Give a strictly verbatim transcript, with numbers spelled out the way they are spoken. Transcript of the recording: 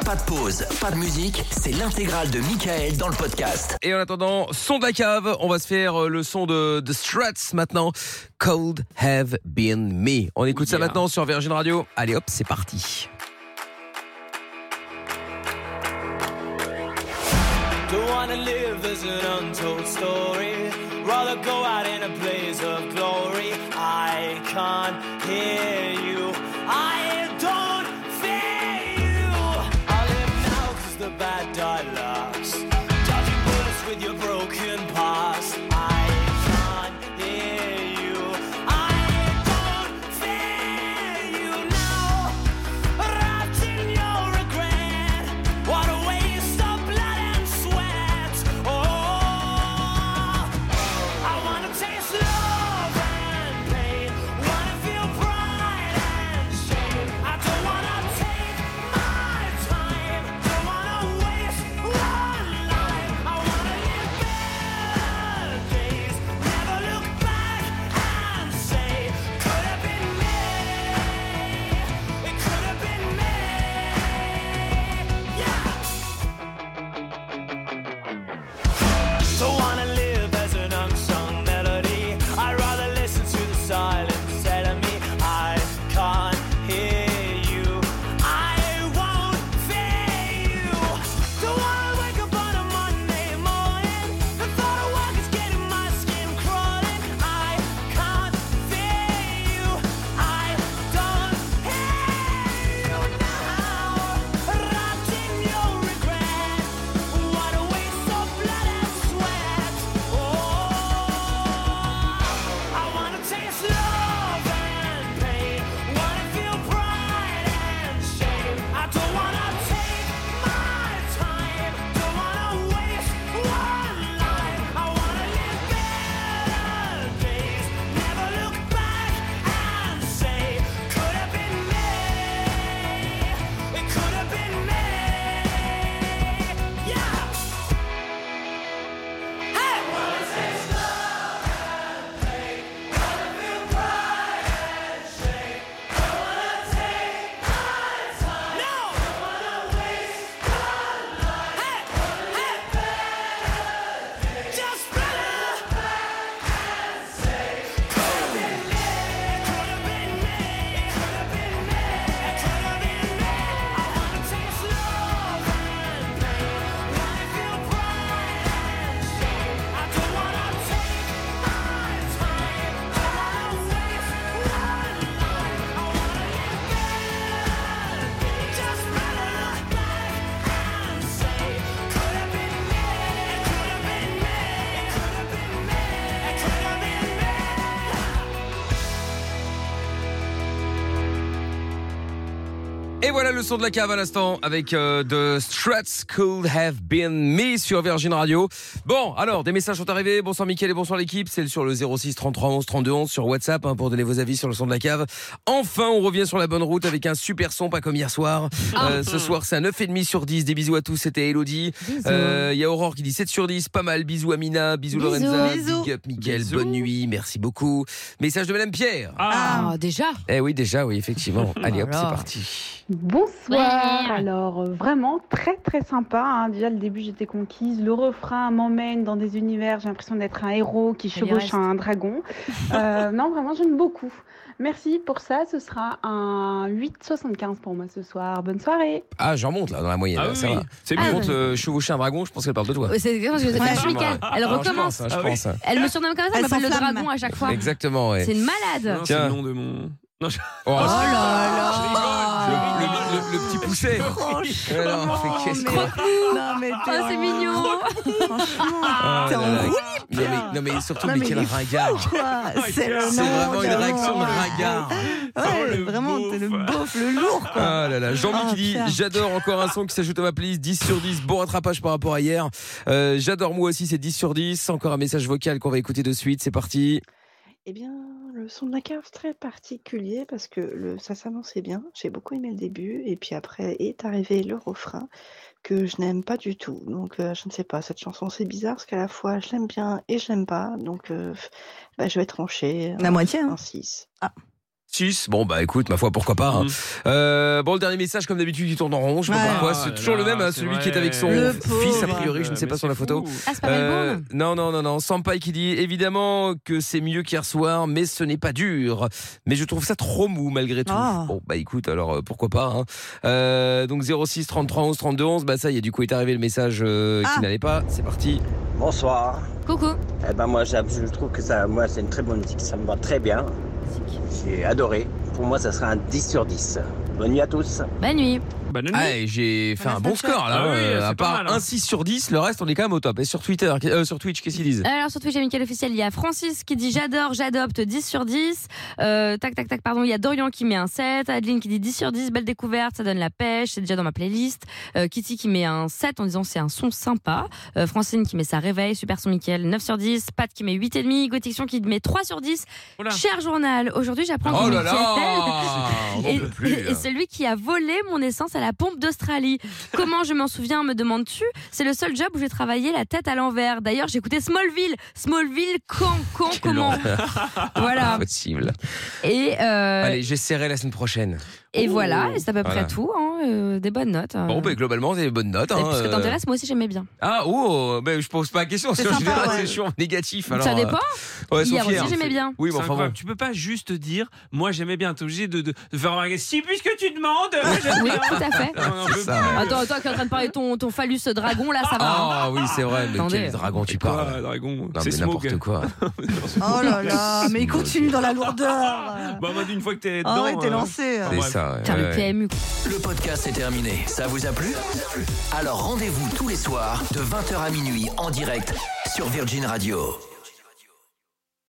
Pas de pause, pas de musique, c'est l'intégrale de Mickaël dans le podcast. Et en attendant, son de la cave, on va se faire le son de The Struts maintenant. Cold Have Been Me. On écoute yeah. ça maintenant sur Virgin Radio. Allez hop, c'est parti. Don't wanna live as an untold story. Rather go out in a blaze of glory. I can't hear you. I don't fear you. I live now cause the bad die last. Dodging bullets with your broken past. I can't hear you. I don't fear you now. Wrapped in your regret. What a waste of blood and sweat. Oh, I wanna taste love and pain. Wanna feel pride and shame. I don't wanna take my time. Don't wanna waste one life. I wanna live better days. Never look back and say, could have been me. It could have been me. Yeah. Don't wanna live as an unsung melody. I'd rather listen to the silence telling me I can't hear you. I won't fear you. Don't wanna wake up on a Monday morning. The thought of work is getting my skin crawling. I can't fear you. I don't hear you now. Wrapped in your regret. What a waste of blood and sweat. Oh, I wanna taste love and pain. Wanna feel pride and shame. I don't wanna take my time. Don't wanna waste one life. I wanna live better days. Never look back and say, could have been me. It could have been me. Yeah. Hey! Wanna taste love and pain. Wanna feel pride and shame. Don't wanna take my time. No! Don't wanna waste one life. Hey! Hey! Just better back and say, could have been me. Could have been me. Could have been me. It could have been me. I wanna taste love and pain. Wanna feel pride and shame. I don't wanna take my time. Don't wanna waste one life. I wanna live better days. Just better look back and say, could have been me. It could have been me. It could have been me. It could have been me. Et voilà le son de la cave à l'instant avec euh, The Struts Could Have Been Me sur Virgin Radio. Bon, alors, des messages sont arrivés. Bonsoir Mickaël et bonsoir l'équipe. C'est sur le zéro six trente-trois onze trente-deux onze sur WhatsApp hein, pour donner vos avis sur le son de la cave. Enfin, on revient sur la bonne route avec un super son, pas comme hier soir. Euh, ce soir, c'est un neuf virgule cinq sur dix. Des bisous à tous, c'était Elodie. Il euh, y a Aurore qui dit sept sur dix, pas mal. Bisous Amina, bisous, bisous Lorenza. Bisous. Big up Mickaël, bonne nuit, merci beaucoup. Message de Madame Pierre. Ah, ah déjà Eh oui, déjà, oui, effectivement. Allez hop, c'est parti. Bonsoir. Ouais. Alors euh, vraiment très très sympa. Hein. Déjà le début j'étais conquise. Le refrain m'emmène dans des univers. J'ai l'impression d'être un héros qui chevauche un dragon. Euh, non vraiment j'aime beaucoup. Merci pour ça. Ce sera un huit virgule soixante-quinze pour moi ce soir. Bonne soirée. Ah j'en monte là dans la moyenne. Ah là, ça oui. va. C'est Par bien. contre euh, chevaucher un dragon, je pense qu'elle parle de toi. C'est exactement ce que je Ouais. fais. Mickaël. Elle Alors, recommence. Je pense, hein, je pense, hein. Elle me surnomme comme ça. Elle Elle m'appelle le s'enflamme. dragon à chaque fois. Exactement. Ouais. C'est une malade. Non, c'est Tiens. le nom de mon. Non, je... Oh, Oh là là. Le, le- le- le petit pousset. Ouais, non, fait qu'est-ce que- Non, mais Oh, t'es c'est un- mignon. Franchement, Ah, t'es là, en là. roue Non, mais, non, mais surtout, Non, mais mais quel il est fou, ringard. quoi. C'est le C'est nom vraiment une d'amour. réaction de ringard. Ouais, le vraiment, t'es le beauf. beauf, le lourd, quoi. Ah là là, Jean-Mi Ah, qui dit putain. j'adore, encore un son qui s'ajoute à ma playlist, dix sur dix, bon rattrapage par rapport à hier. Euh, j'adore moi aussi, c'est dix sur dix. Encore un message vocal qu'on va écouter de suite, c'est parti. Eh bien, le son de la cave, très particulier parce que le, ça s'annonçait bien. J'ai beaucoup aimé le début et puis après est arrivé le refrain que je n'aime pas du tout. Donc, euh, je ne sais pas, cette chanson c'est bizarre parce qu'à la fois je l'aime bien et je l'aime pas. Donc, euh, bah, je vais trancher. La un- moitié, hein. Un six. Ah. six. Bon, bah écoute, ma foi, pourquoi pas. Hein. Mmh. Euh, bon, le dernier message, comme d'habitude, il tourne en rond. Je sais pas Ouais. pourquoi. Ah, C'est là, toujours le même, hein, c'est celui vrai. qui est avec son Le fils, a pauvre. priori, je ne sais pas Mais sur la c'est photo. fou. Ah, c'est pas Euh, Melbourne. non, non, non, non. Sampai qui dit évidemment que c'est mieux qu'hier soir, mais ce n'est pas dur. Mais je trouve ça trop mou malgré tout. Oh. Bon, bah écoute, alors euh, pourquoi pas. Hein. Euh, donc zéro six trente-trois onze trente-deux onze. Bah ça y est, du coup est arrivé le message euh, qui Ah. n'allait pas. C'est parti. Bonsoir. Coucou. Eh ben moi, j'aime- je trouve que ça, moi, c'est une très bonne musique. Ça me va très bien. J'ai adoré. Pour moi, ça sera un dix sur dix. Bonne nuit à tous. Bonne nuit. Bonne nuit. Ah, et j'ai fait Voilà, un bon Snapchat. score là. Ah oui, euh, c'est à pas part mal, hein. un six sur dix, le reste on est quand même au top. Et sur Twitter, euh, sur Twitch, qu'est-ce qu'ils disent? Alors sur Twitch, j'ai Mickaël officiel, il y a Francis qui dit j'adore, j'adopte, dix sur dix. Euh, tac, tac, tac, pardon. Il y a Dorian qui met un sept. Adeline qui dit dix sur dix, belle découverte, ça donne la pêche, c'est déjà dans ma playlist. Euh, Kitty qui met un sept en disant c'est un son sympa. Euh, Francine qui met ça réveil, super son Mickaël, neuf sur dix. Pat qui met huit virgule cinq. Gotiction qui met trois sur dix. Oula. Cher journal, aujourd'hui j'apprends Oh que là là, on n'en Et, peut plus. et celui qui a volé mon essence à la pompe d'Australie. Comment je m'en souviens, me demandes-tu? C'est le seul job où j'ai travaillé la tête à l'envers. D'ailleurs, j'ai écouté Smallville. Smallville, quand, quand, comment? Voilà. Impossible. Et, euh, Allez, j'essaierai la semaine prochaine. et voilà, et c'est à peu près Voilà. tout. Hein, euh, des bonnes notes. euh. Bon, bah, globalement, c'est des bonnes notes. Et Hein, puisque euh. t'intéresses, moi aussi j'aimais bien. Ah, oh, mais je pose pas la question. C'est parce que en sympa, général, ouais. c'est toujours négatif. Alors, Ça euh, dépend. Ouais, Hier Sophie, aussi hein. j'aimais bien. Oui, mais C'est enfin bon. incroyable. Tu peux pas juste dire moi j'aimais bien. T'es obligé de, de, de faire remarquer si puisque tu demandes. moi, j'aime Oui, bien. tout à fait. On en C'est peut ça, plus. ouais. Attends, toi qui es en train de parler de ton, ton phallus dragon, là, ça va. hein. Ah oui, c'est vrai, mais Attendez. quel dragon tu Quoi, parles? dragon. Non, C'est mais Smoke. n'importe quoi. Oh là là, mais il continue dans la lourdeur. Bah, moi, une fois que t'es dedans. Ah ouais, t'es euh, lancé. Ah, C'est bref. ça. ouais, Tiens, le ouais. P M U. Le podcast est terminé. Ça vous a plu? Alors rendez-vous tous les soirs de vingt heures à minuit en direct sur Virgin Radio.